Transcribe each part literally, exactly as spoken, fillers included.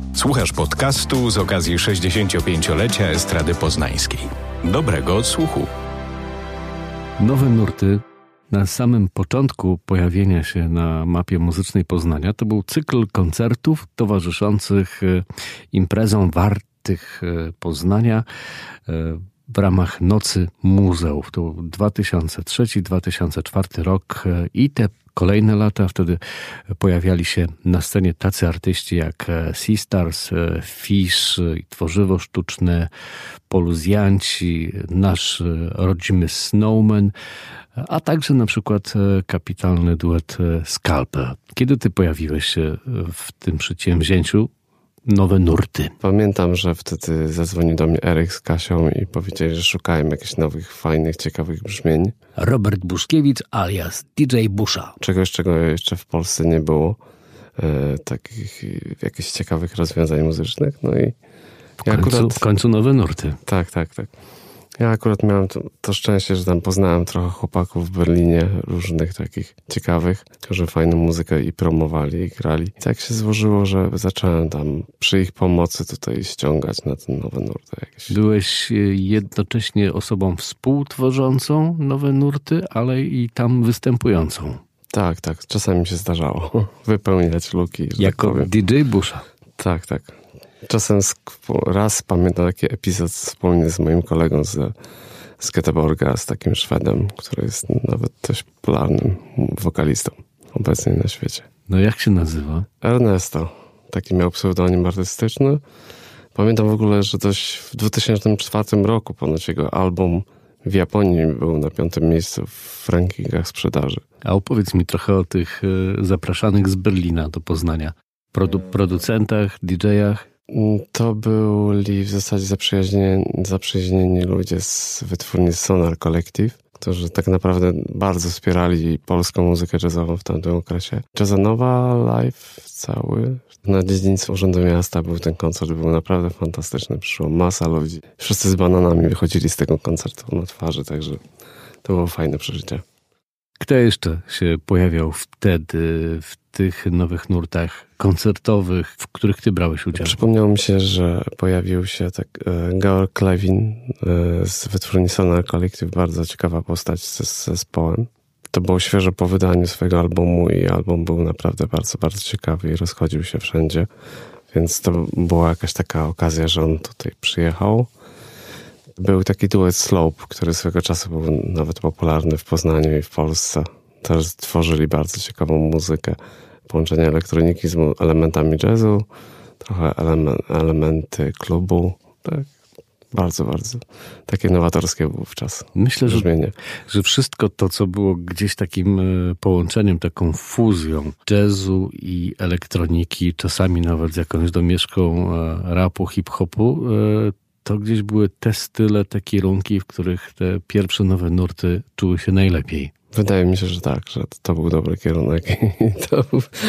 Słuchasz podcastu z okazji sześćdziesięciopięciolecia Estrady Poznańskiej. Dobrego odsłuchu. Nowe nurty na samym początku pojawienia się na mapie muzycznej Poznania to był cykl koncertów towarzyszących imprezom wartych Poznania w ramach Nocy Muzeów. To był dwa tysiące trzeci dwa tysiące czwarty rok i te kolejne lata. Wtedy pojawiali się na scenie tacy artyści jak Seastars, Fish, Tworzywo Sztuczne, Poluzjanci, nasz rodzimy Snowman, a także na przykład kapitalny duet Scalpel. Kiedy ty pojawiłeś się w tym przedsięwzięciu Nowe Nurty? Pamiętam, że wtedy zadzwonił do mnie Eryk z Kasią i powiedzieli, że szukają jakichś nowych, fajnych, ciekawych brzmień. Robert Buszkiewicz alias D J Busza. Czegoś, czego jeszcze w Polsce nie było. E, takich jakichś ciekawych rozwiązań muzycznych. No i w końcu, akurat, w końcu Nowe Nurty. Tak, tak, tak. Ja akurat miałem to, to szczęście, że tam poznałem trochę chłopaków w Berlinie, różnych takich ciekawych, którzy fajną muzykę i promowali, i grali. I tak się złożyło, że zacząłem tam przy ich pomocy tutaj ściągać na te Nowe Nurty jakieś. Byłeś jednocześnie osobą współtworzącą Nowe Nurty, ale i tam występującą. Tak, tak. Czasami się zdarzało wypełniać luki. Jako tak D J Busza. Tak, tak. Czasem raz pamiętam taki epizod wspólnie z moim kolegą z, z Göteborga, z takim Szwedem, który jest nawet dość popularnym wokalistą obecnie na świecie. No jak się nazywa? Ernesto. Taki miał pseudonim artystyczny. Pamiętam w ogóle, że dość w dwa tysiące czwartym roku ponoć jego album w Japonii był na piątym miejscu w rankingach sprzedaży. A opowiedz mi trochę o tych zapraszanych z Berlina do Poznania. Produ- producentach, D J-ach. To byli w zasadzie zaprzyjaźnieni, zaprzyjaźnieni ludzie z wytwórni Sonar Collective, którzy tak naprawdę bardzo wspierali polską muzykę jazzową w tamtym okresie. Jazzonowa live cały. Na dziedzińcu Urzędu Miasta był ten koncert, był naprawdę fantastyczny. Przyszło masa ludzi. Wszyscy z bananami wychodzili z tego koncertu na twarzy, także to było fajne przeżycie. Kto jeszcze się pojawiał wtedy w tych nowych nurtach koncertowych, w których ty brałeś udział? Przypomniało mi się, że pojawił się tak e, Georg Klevin e, z wytwórni Sonar Collective, bardzo ciekawa postać z, z zespołem. To było świeżo po wydaniu swojego albumu i album był naprawdę bardzo, bardzo ciekawy i rozchodził się wszędzie, więc to była jakaś taka okazja, że on tutaj przyjechał. Był taki duet Slope, który swego czasu był nawet popularny w Poznaniu i w Polsce. Też tworzyli bardzo ciekawą muzykę. Połączenie elektroniki z elementami jazzu, trochę element, elementy klubu. Tak, bardzo, bardzo takie nowatorskie wówczas. Myślę, że, że wszystko to, co było gdzieś takim połączeniem, taką fuzją jazzu i elektroniki, czasami nawet z jakąś domieszką rapu, hip-hopu, to gdzieś były te style, te kierunki, w których te pierwsze nowe nurty czuły się najlepiej. Wydaje mi się, że tak, że to był dobry kierunek i to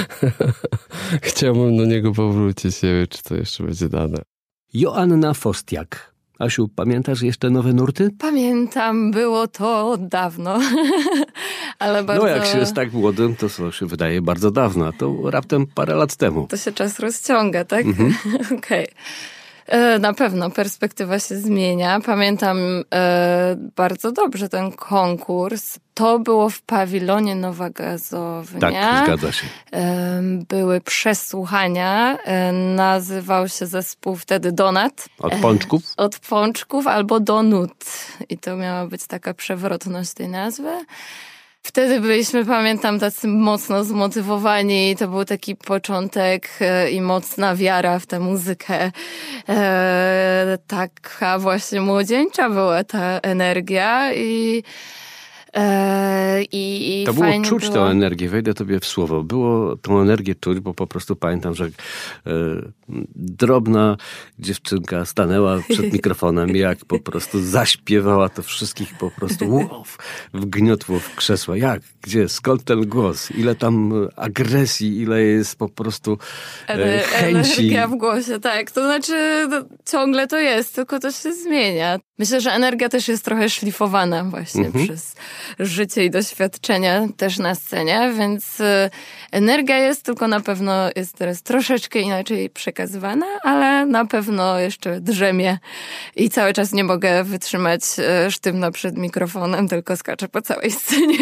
chciałbym do niego powrócić. Nie wiem, czy to jeszcze będzie dane. Joanna Fostiak. Asiu, pamiętasz jeszcze nowe nurty? Pamiętam, było to dawno, ale bardzo... No jak się jest tak młodym, to co się wydaje bardzo dawno, to raptem parę lat temu. To się czas rozciąga, tak? Mhm. Okej. Okay. Na pewno perspektywa się zmienia. Pamiętam e, bardzo dobrze ten konkurs. To było w pawilonie Nowa Gazownia. Tak, zgadza się. E, były przesłuchania. E, nazywał się zespół wtedy Donat. Od pączków? E, od pączków albo Donut. I to miała być taka przewrotność tej nazwy. Wtedy byliśmy, pamiętam, tacy mocno zmotywowani. To był taki początek e, i mocna wiara w tę muzykę. E, taka właśnie młodzieńcza była ta energia i e, i, i to było czuć było... tę energię, wejdę tobie w słowo. Było tą energię czuć, bo po prostu pamiętam, że e, drobna dziewczynka stanęła przed mikrofonem, jak po prostu zaśpiewała to wszystkich po prostu wow, wgniotło w krzesła. Jak? Gdzie? Skąd ten głos? Ile tam agresji, ile jest po prostu e, chęci. Energia w głosie, tak. To znaczy no, ciągle to jest, tylko to się zmienia. Myślę, że energia też jest trochę szlifowana właśnie mhm. przez życie i doświadczenia też na scenie, więc energia jest, tylko na pewno jest teraz troszeczkę inaczej przekazywana, ale na pewno jeszcze drzemie i cały czas nie mogę wytrzymać sztywno przed mikrofonem, tylko skaczę po całej scenie.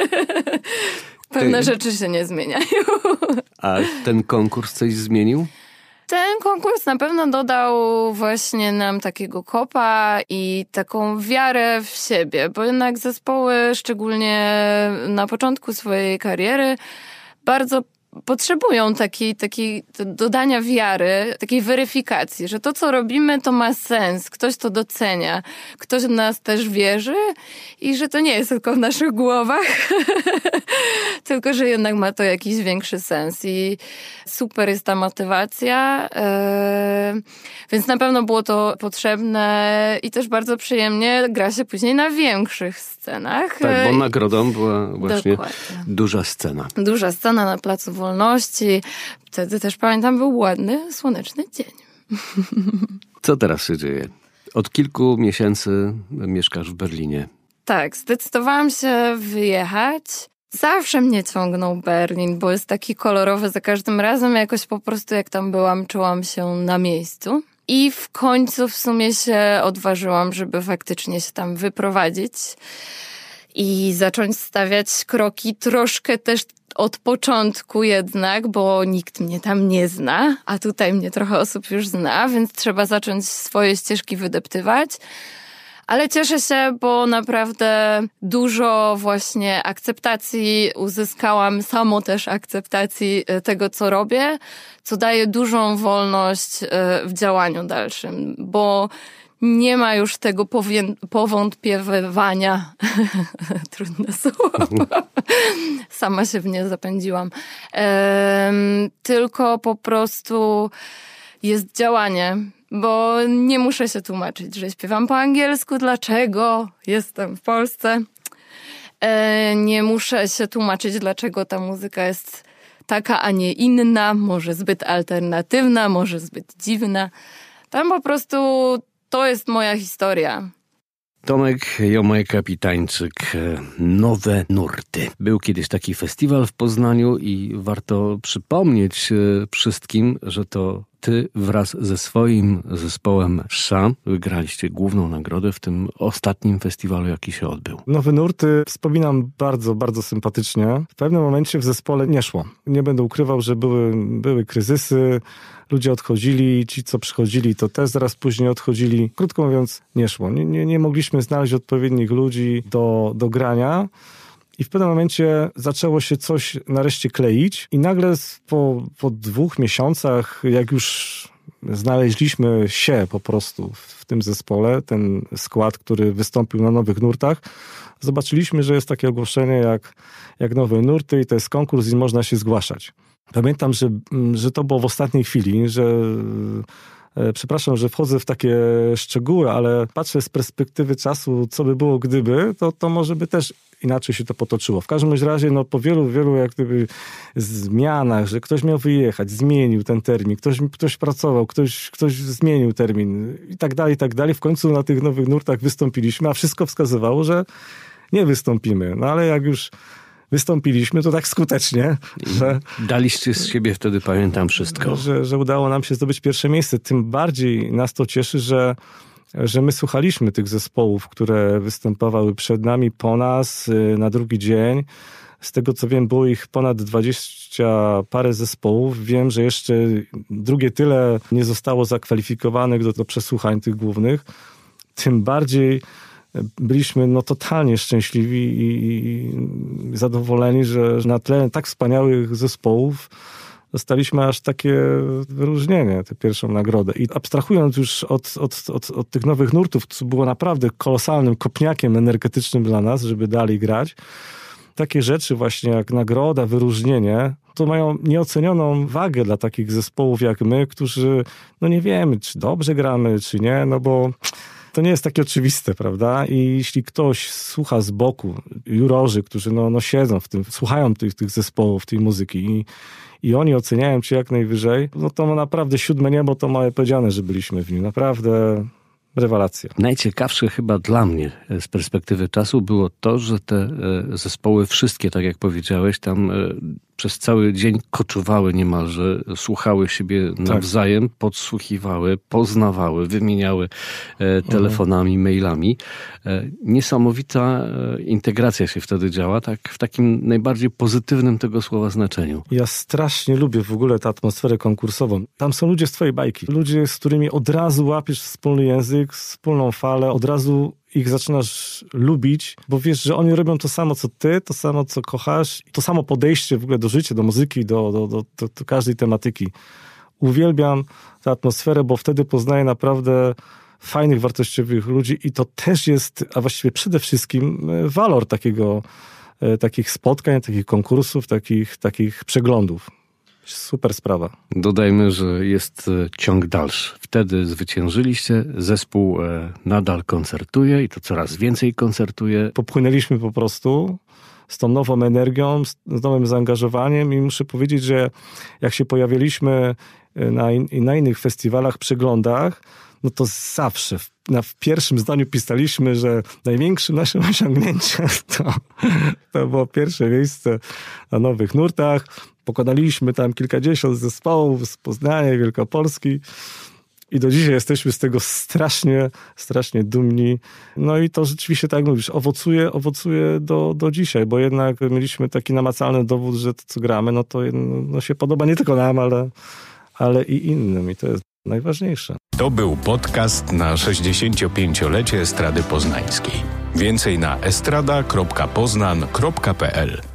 Pewne Ty... rzeczy się nie zmieniają. A ten konkurs coś zmienił? Ten konkurs na pewno dodał właśnie nam takiego kopa i taką wiarę w siebie, bo jednak zespoły, szczególnie na początku swojej kariery, bardzo potrzebują takiej, takiej dodania wiary, takiej weryfikacji, że to, co robimy, to ma sens, ktoś to docenia, ktoś w nas też wierzy i że to nie jest tylko w naszych głowach, tylko że jednak ma to jakiś większy sens i super jest ta motywacja, yy, więc na pewno było to potrzebne i też bardzo przyjemnie gra się później na większych scenach. Tak, bo nagrodą była właśnie Dokładnie. duża scena. Duża scena na Placu Wolności. Wtedy też pamiętam, był ładny, słoneczny dzień. Co teraz się dzieje? Od kilku miesięcy mieszkasz w Berlinie. Tak, zdecydowałam się wyjechać. Zawsze mnie ciągnął Berlin, bo jest taki kolorowy za każdym razem. Jakoś po prostu jak tam byłam, czułam się na miejscu. I w końcu w sumie się odważyłam, żeby faktycznie się tam wyprowadzić i zacząć stawiać kroki troszkę też od początku jednak, bo nikt mnie tam nie zna, a tutaj mnie trochę osób już zna, więc trzeba zacząć swoje ścieżki wydeptywać. Ale cieszę się, bo naprawdę dużo właśnie akceptacji uzyskałam, samo też akceptacji tego, co robię, co daje dużą wolność w działaniu dalszym, bo nie ma już tego powię- powątpiewania. Trudne słowo. Sama się w nie zapędziłam. Ehm, tylko po prostu jest działanie, bo nie muszę się tłumaczyć, że śpiewam po angielsku, dlaczego jestem w Polsce. E, nie muszę się tłumaczyć, dlaczego ta muzyka jest taka, a nie inna, może zbyt alternatywna, może zbyt dziwna. Tam po prostu to jest moja historia. Tomek Jomaj-Kapitańczyk, Nowe Nurty. Był kiedyś taki festiwal w Poznaniu i warto przypomnieć wszystkim, że to ty wraz ze swoim zespołem Sza wygraliście główną nagrodę w tym ostatnim festiwalu, jaki się odbył. Nowe Nurty wspominam bardzo, bardzo sympatycznie. W pewnym momencie w zespole nie szło. Nie będę ukrywał, że były, były kryzysy, ludzie odchodzili, ci co przychodzili to też zaraz później odchodzili. Krótko mówiąc, nie szło. Nie, nie, nie mogliśmy znaleźć odpowiednich ludzi do, do grania. I w pewnym momencie zaczęło się coś nareszcie kleić i nagle po, po dwóch miesiącach, jak już znaleźliśmy się po prostu w tym zespole, ten skład, który wystąpił na Nowych Nurtach, zobaczyliśmy, że jest takie ogłoszenie jak, jak Nowe Nurty i to jest konkurs i można się zgłaszać. Pamiętam, że, że to było w ostatniej chwili, że przepraszam, że wchodzę w takie szczegóły, ale patrzę z perspektywy czasu, co by było gdyby, to, to może by też inaczej się to potoczyło. W każdym razie no, po wielu, wielu jak gdyby zmianach, że ktoś miał wyjechać, zmienił ten termin, ktoś, ktoś pracował, ktoś, ktoś zmienił termin i tak dalej, i tak dalej. W końcu na tych Nowych Nurtach wystąpiliśmy, a wszystko wskazywało, że nie wystąpimy. No ale jak już wystąpiliśmy, to tak skutecznie, że... Daliście z siebie wtedy, pamiętam, wszystko. Że, że udało nam się zdobyć pierwsze miejsce. Tym bardziej nas to cieszy, że, że my słuchaliśmy tych zespołów, które występowały przed nami, po nas, na drugi dzień. Z tego, co wiem, było ich ponad dwadzieścia parę zespołów. Wiem, że jeszcze drugie tyle nie zostało zakwalifikowanych do, do przesłuchań tych głównych. Tym bardziej byliśmy no, totalnie szczęśliwi i zadowoleni, że na tle tak wspaniałych zespołów dostaliśmy aż takie wyróżnienie, tę pierwszą nagrodę. I abstrahując już od, od, od, od tych Nowych Nurtów, co było naprawdę kolosalnym kopniakiem energetycznym dla nas, żeby dalej grać, takie rzeczy właśnie jak nagroda, wyróżnienie, to mają nieocenioną wagę dla takich zespołów jak my, którzy no nie wiemy, czy dobrze gramy, czy nie, no bo to nie jest takie oczywiste, prawda? I jeśli ktoś słucha z boku, jurorzy, którzy no, no siedzą w tym, słuchają tych, tych zespołów, tej muzyki i, i oni oceniają cię jak najwyżej, no to naprawdę siódme niebo to małe powiedziane, że byliśmy w nim. Naprawdę Rewelacja. Najciekawsze chyba dla mnie z perspektywy czasu było to, że te zespoły wszystkie, tak jak powiedziałeś, tam przez cały dzień koczowały niemalże, słuchały siebie nawzajem, tak. podsłuchiwały, poznawały, wymieniały telefonami, mhm. mailami. Niesamowita integracja się wtedy działa, tak w takim najbardziej pozytywnym tego słowa znaczeniu. Ja strasznie lubię w ogóle tę atmosferę konkursową. Tam są ludzie z twojej bajki. Ludzie, z którymi od razu łapiesz wspólny język, wspólną falę, od razu ich zaczynasz lubić, bo wiesz, że oni robią to samo, co ty, to samo, co kochasz, to samo podejście w ogóle do życia, do muzyki, do, do, do, do, do każdej tematyki. Uwielbiam tę atmosferę, bo wtedy poznaję naprawdę fajnych, wartościowych ludzi i to też jest, a właściwie przede wszystkim walor takiego, takich spotkań, takich konkursów, takich, takich przeglądów. Super sprawa. Dodajmy, że jest ciąg dalszy. Wtedy zwyciężyliście, zespół nadal koncertuje i to coraz więcej koncertuje. Popłynęliśmy po prostu z tą nową energią, z nowym zaangażowaniem i muszę powiedzieć, że jak się pojawialiśmy na, in, na innych festiwalach, przeglądach, no to zawsze w, na, w pierwszym zdaniu pisaliśmy, że największym naszym osiągnięciem to, to było pierwsze miejsce na Nowych Nurtach. Pokonaliśmy tam kilkadziesiąt zespołów z Poznania, Wielkopolski i do dzisiaj jesteśmy z tego strasznie, strasznie dumni. No i to rzeczywiście, tak jak mówisz, owocuje, owocuje do, do dzisiaj, bo jednak mieliśmy taki namacalny dowód, że to, co gramy, no to no, się podoba nie tylko nam, ale, ale i innym i to jest najważniejsze. To był podcast na sześćdziesięciopięciolecie Estrady Poznańskiej. Więcej na estrada kropka poznan kropka p l.